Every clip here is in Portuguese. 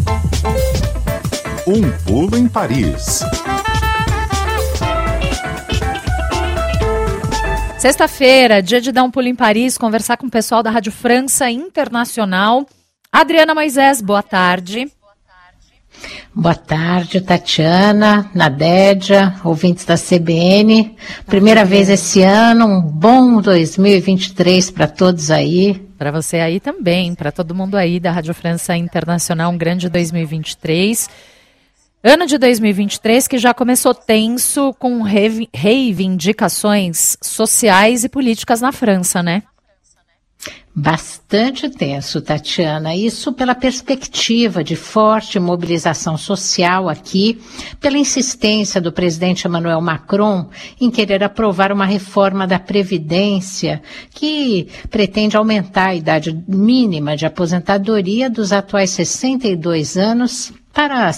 Um pulo em Paris. Sexta-feira, dia de dar um pulo em Paris, conversar com o pessoal da Rádio França Internacional. Adriana Moisés, boa tarde. Boa tarde, Tatiana, Nadédia, ouvintes da CBN. Primeira vez esse ano, um bom 2023 para todos aí. Para você aí também, para todo mundo aí da Rádio França Internacional, um grande 2023. Ano de 2023 que já começou tenso com reivindicações sociais e políticas na França, né? Bastante tenso, Tatiana. Isso pela perspectiva de forte mobilização social aqui, pela insistência do presidente Emmanuel Macron em querer aprovar uma reforma da Previdência que pretende aumentar a idade mínima de aposentadoria dos atuais 62 anos para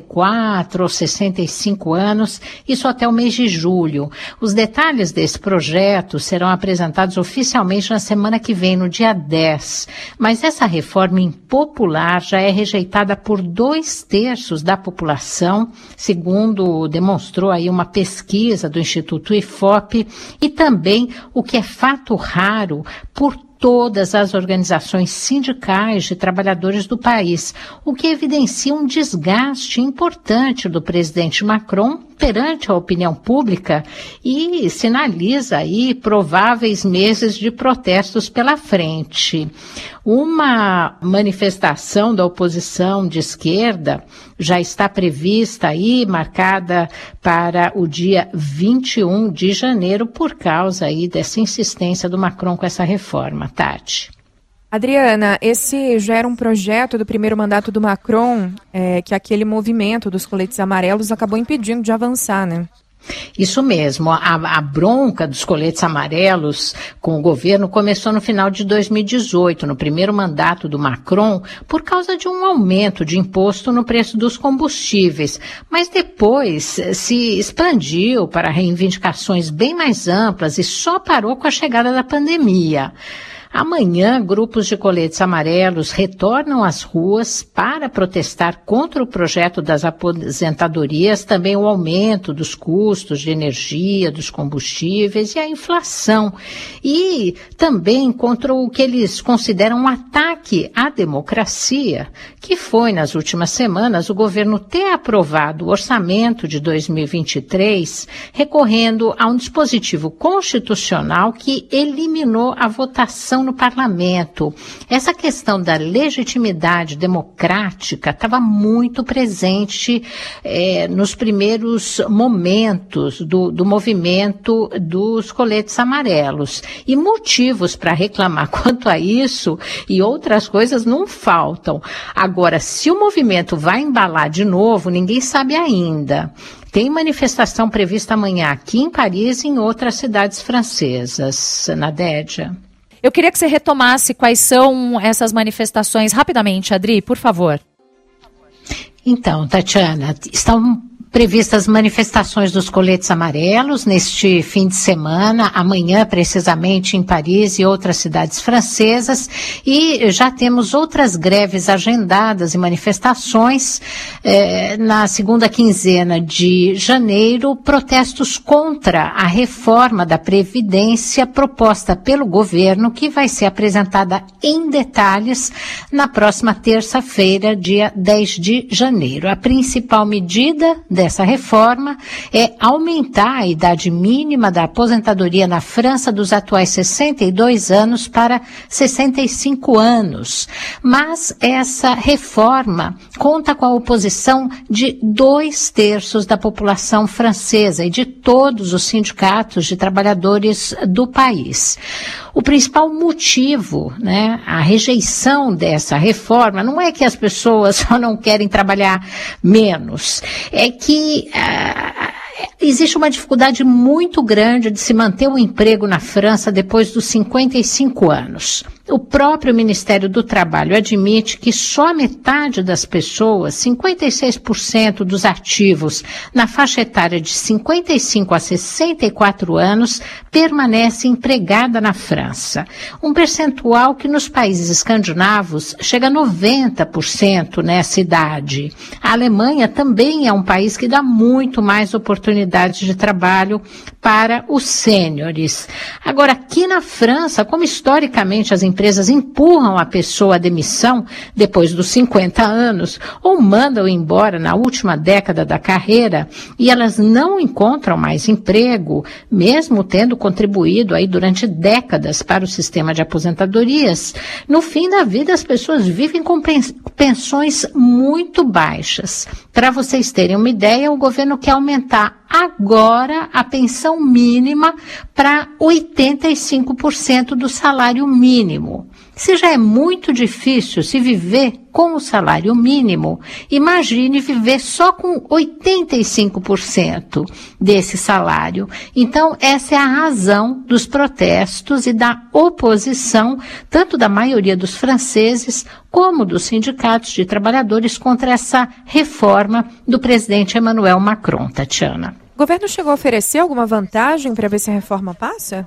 64 ou 65 anos, isso até o mês de julho. Os detalhes desse projeto serão apresentados oficialmente na semana que vem, no dia 10. Mas essa reforma impopular já é rejeitada por 2/3 da população, segundo demonstrou aí uma pesquisa do Instituto IFOP, e também, o que é fato raro, por todas as organizações sindicais de trabalhadores do país, o que evidencia um desgaste importante do presidente Macron perante a opinião pública e sinaliza aí prováveis meses de protestos pela frente. Uma manifestação da oposição de esquerda já está prevista aí, marcada para o dia 21 de janeiro, por causa aí dessa insistência do Macron com essa reforma. Tati. Adriana, esse já era um projeto do primeiro mandato do Macron, que aquele movimento dos coletes amarelos acabou impedindo de avançar, né? Isso mesmo, a bronca dos coletes amarelos com o governo começou no final de 2018, no primeiro mandato do Macron, por causa de um aumento de imposto no preço dos combustíveis, mas depois se expandiu para reivindicações bem mais amplas e só parou com a chegada da pandemia. Amanhã, grupos de coletes amarelos retornam às ruas para protestar contra o projeto das aposentadorias, também o aumento dos custos de energia, dos combustíveis e a inflação. E também contra o que eles consideram um ataque à democracia, que foi, nas últimas semanas, o governo ter aprovado o orçamento de 2023, recorrendo a um dispositivo constitucional que eliminou a votação no parlamento. Essa questão da legitimidade democrática estava muito presente nos primeiros momentos do movimento dos coletes amarelos. E motivos para reclamar quanto a isso e outras coisas não faltam. Agora, se o movimento vai embalar de novo, ninguém sabe ainda. Tem manifestação prevista amanhã aqui em Paris e em outras cidades francesas. Nadédia. Eu queria que você retomasse quais são essas manifestações rapidamente, Adri, por favor. Então, Tatiana, estão previstas manifestações dos coletes amarelos neste fim de semana, amanhã precisamente em Paris e outras cidades francesas, e já temos outras greves agendadas e manifestações na segunda quinzena de janeiro, protestos contra a reforma da Previdência proposta pelo governo, que vai ser apresentada em detalhes na próxima terça-feira, dia 10 de janeiro. A principal medida dessa reforma é aumentar a idade mínima da aposentadoria na França dos atuais 62 anos para 65 anos. Mas essa reforma conta com a oposição de 2/3 da população francesa e de todos os sindicatos de trabalhadores do país. O principal motivo, a rejeição dessa reforma, não é que as pessoas só não querem trabalhar menos, é que existe uma dificuldade muito grande de se manter o emprego na França depois dos 55 anos. o próprio Ministério do Trabalho admite que só metade das pessoas, 56% dos ativos na faixa etária de 55 a 64 anos, permanece empregada na França. Um percentual que nos países escandinavos chega a 90% nessa idade. A Alemanha também é um país que dá muito mais oportunidades de trabalho para os sêniores. Agora, aqui na França, como historicamente as empresas empurram a pessoa à demissão depois dos 50 anos ou mandam embora na última década da carreira e elas não encontram mais emprego, mesmo tendo contribuído aí durante décadas para o sistema de aposentadorias, no fim da vida as pessoas vivem com pensões muito baixas. Para vocês terem uma ideia, o governo quer aumentar agora a pensão mínima para 85% do salário mínimo. Se já é muito difícil se viver com o salário mínimo, imagine viver só com 85% desse salário. Então, essa é a razão dos protestos e da oposição, tanto da maioria dos franceses como dos sindicatos de trabalhadores contra essa reforma do presidente Emmanuel Macron, Tatiana. O governo chegou a oferecer alguma vantagem para ver se a reforma passa?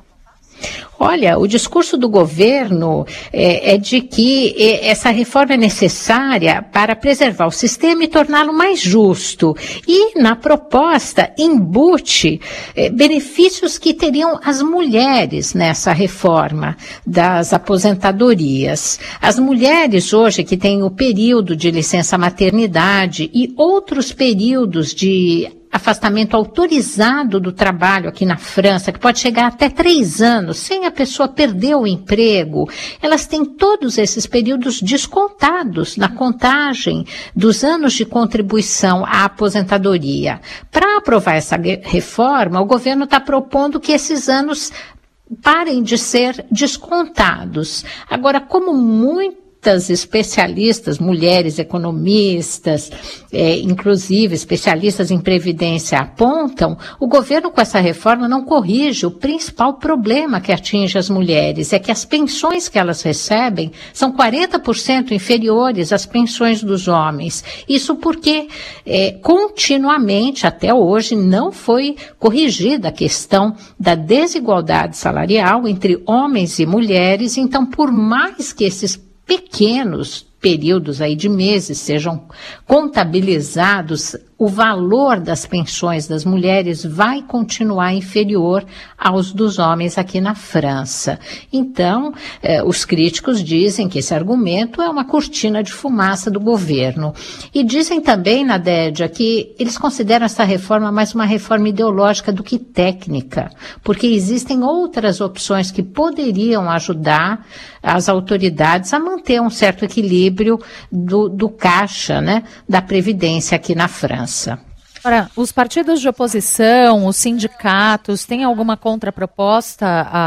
Olha, o discurso do governo é de que essa reforma é necessária para preservar o sistema e torná-lo mais justo. E, na proposta, embute benefícios que teriam as mulheres nessa reforma das aposentadorias. As mulheres hoje que têm o período de licença maternidade e outros períodos de afastamento autorizado do trabalho aqui na França, que pode chegar até 3 anos, sem a pessoa perder o emprego, elas têm todos esses períodos descontados na contagem dos anos de contribuição à aposentadoria. Para aprovar essa reforma, o governo está propondo que esses anos parem de ser descontados. Agora, como muitas especialistas, mulheres economistas, inclusive especialistas em previdência apontam, o governo com essa reforma não corrige o principal problema que atinge as mulheres, é que as pensões que elas recebem são 40% inferiores às pensões dos homens. Isso porque continuamente, até hoje, não foi corrigida a questão da desigualdade salarial entre homens e mulheres. Então, por mais que esses pequenos períodos aí de meses sejam contabilizados, o valor das pensões das mulheres vai continuar inferior aos dos homens aqui na França. Então, os críticos dizem que esse argumento é uma cortina de fumaça do governo. E dizem também, Nadédia, que eles consideram essa reforma mais uma reforma ideológica do que técnica, porque existem outras opções que poderiam ajudar as autoridades a manter um certo equilíbrio do caixa, né, da Previdência aqui na França. Ora, os partidos de oposição, os sindicatos, têm alguma contraproposta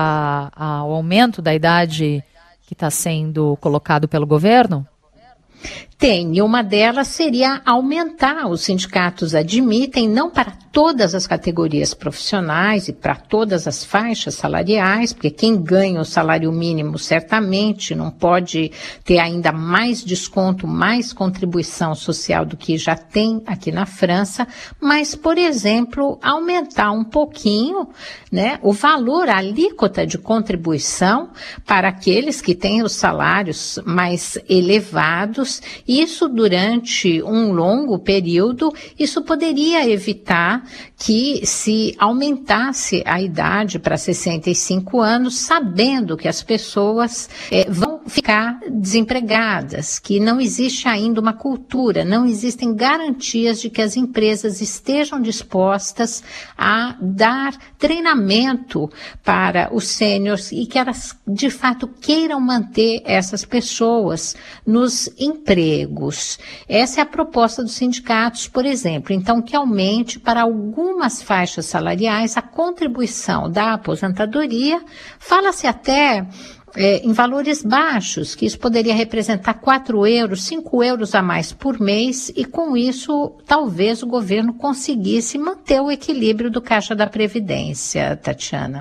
ao aumento da idade que está sendo colocado pelo governo? Tem, e uma delas seria aumentar. Os sindicatos admitem, não para todas as categorias profissionais e para todas as faixas salariais, porque quem ganha o salário mínimo certamente não pode ter ainda mais desconto, mais contribuição social do que já tem aqui na França, mas, por exemplo, aumentar um pouquinho, né, o valor, a alíquota de contribuição para aqueles que têm os salários mais elevados. Isso durante um longo período, isso poderia evitar que se aumentasse a idade para 65 anos, sabendo que as pessoas vão ficar desempregadas, que não existe ainda uma cultura, não existem garantias de que as empresas estejam dispostas a dar treinamento para os sêniores e que elas, de fato, queiram manter essas pessoas nos empregos. Essa é a proposta dos sindicatos, por exemplo. Então, que aumente para algumas faixas salariais a contribuição da aposentadoria. Fala-se até em valores baixos, que isso poderia representar 4 euros, 5 euros a mais por mês, e com isso talvez o governo conseguisse manter o equilíbrio do caixa da Previdência, Tatiana. O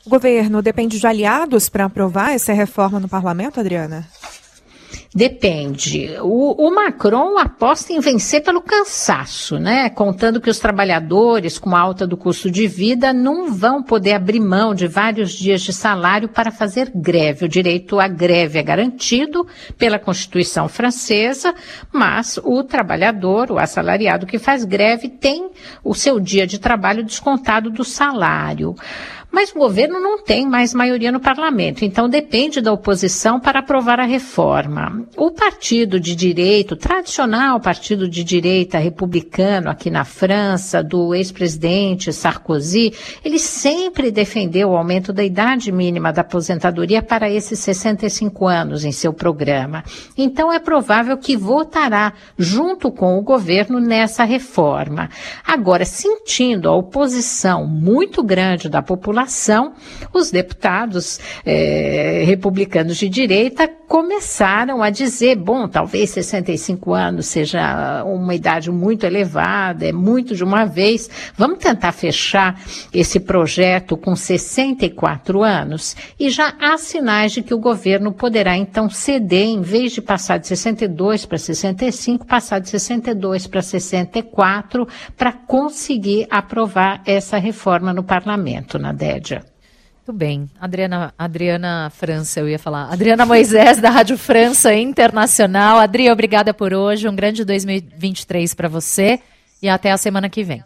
governo depende de aliados para aprovar essa reforma no parlamento, Adriana? Depende. O Macron aposta em vencer pelo cansaço, né? Contando que os trabalhadores com a alta do custo de vida não vão poder abrir mão de vários dias de salário para fazer greve. O direito à greve é garantido pela Constituição francesa, mas o trabalhador, o assalariado que faz greve, tem o seu dia de trabalho descontado do salário. Mas o governo não tem mais maioria no parlamento, então depende da oposição para aprovar a reforma. O partido de direita, o tradicional partido de direita republicano aqui na França, do ex-presidente Sarkozy, ele sempre defendeu o aumento da idade mínima da aposentadoria para esses 65 anos em seu programa. Então é provável que votará junto com o governo nessa reforma. Agora, sentindo a oposição muito grande da população, os deputados republicanos de direita começaram a dizer, bom, talvez 65 anos seja uma idade muito elevada, é muito de uma vez, vamos tentar fechar esse projeto com 64 anos? E já há sinais de que o governo poderá então ceder, em vez de passar de 62 para 65, passar de 62 para 64, para conseguir aprovar essa reforma no parlamento, Nadélia. Muito bem. Adriana França, eu ia falar. Adriana Moisés, da Rádio França Internacional. Adri, obrigada por hoje. Um grande 2023 para você e até a semana que vem.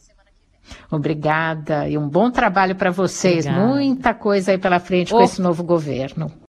Obrigada e um bom trabalho para vocês. Obrigada. Muita coisa aí pela frente com esse novo governo.